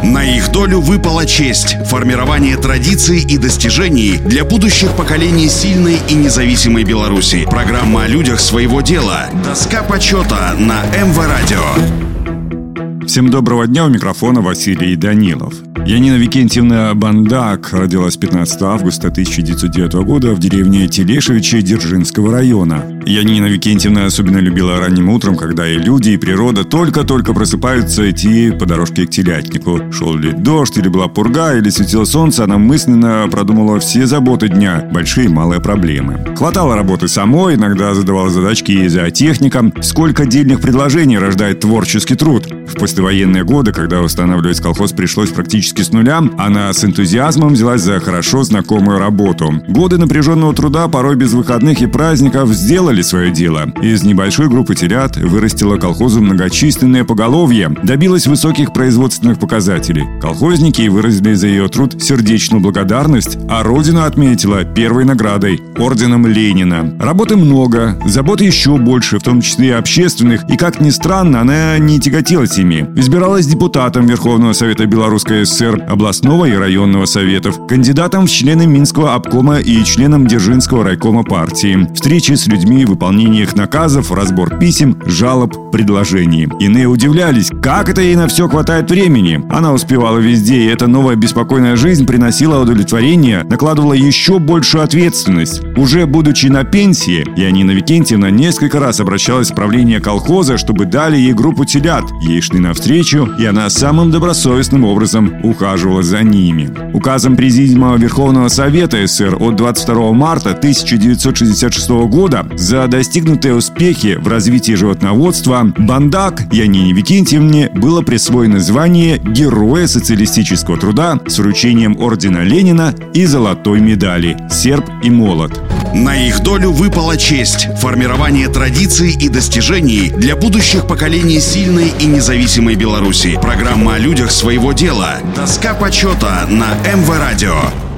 На их долю выпала честь – формирование традиций и достижений для будущих поколений сильной и независимой Беларуси. Программа о людях своего дела. Доска почета на МВ-радио. Всем доброго дня, у микрофона Василий Данилов. Янина Викентьевна Бандак родилась 15 августа 1909 года в деревне Телешевичи Дзержинского района. Янина Викентьевна особенно любила ранним утром, когда и люди, и природа только-только просыпаются, идти по дорожке к телятнику. Шел ли дождь, или была пурга, или светило солнце, она мысленно продумала все заботы дня, большие и малые проблемы. Хватало работы самой, иногда задавала задачки и зоотехникам. Сколько дельных предложений рождает творческий труд. В послевоенные годы, когда восстанавливать колхоз пришлось практически с нуля, она с энтузиазмом взялась за хорошо знакомую работу. Годы напряженного труда, порой без выходных и праздников, сделали свое дело. Из небольшой группы телят вырастила колхозу многочисленное поголовье, добилась высоких производственных показателей. Колхозники выразили за ее труд сердечную благодарность, а родину отметила первой наградой – орденом Ленина. Работы много, забот еще больше, в том числе и общественных, и, как ни странно, она не тяготилась ими. Избиралась депутатом Верховного Совета Белорусской ССР, областного и районного советов, кандидатом в члены Минского обкома и членом Дзержинского райкома партии. Встречи с людьми, выполнение их наказов, разбор писем, жалоб, предложений. Иные удивлялись, как это ей на все хватает времени. Она успевала везде, и эта новая беспокойная жизнь приносила удовлетворение, накладывала еще большую ответственность. Уже будучи на пенсии, Янина Викентьевна несколько раз обращалась в правление колхоза, чтобы дали ей группу телят. Ей шли навстречу, и она самым добросовестным образом ухаживала за ними. Указом Президиума Верховного Совета СССР от 22 марта 1966 года за достигнутые успехи в развитии животноводства Бандак Янине Викентьевне было присвоено звание Героя социалистического труда с вручением ордена Ленина и золотой медали «Серп и молот». На их долю выпала честь – формирование традиций и достижений для будущих поколений сильной и независимой Беларуси. Программа о людях своего дела. Доска почета на МВ-радио.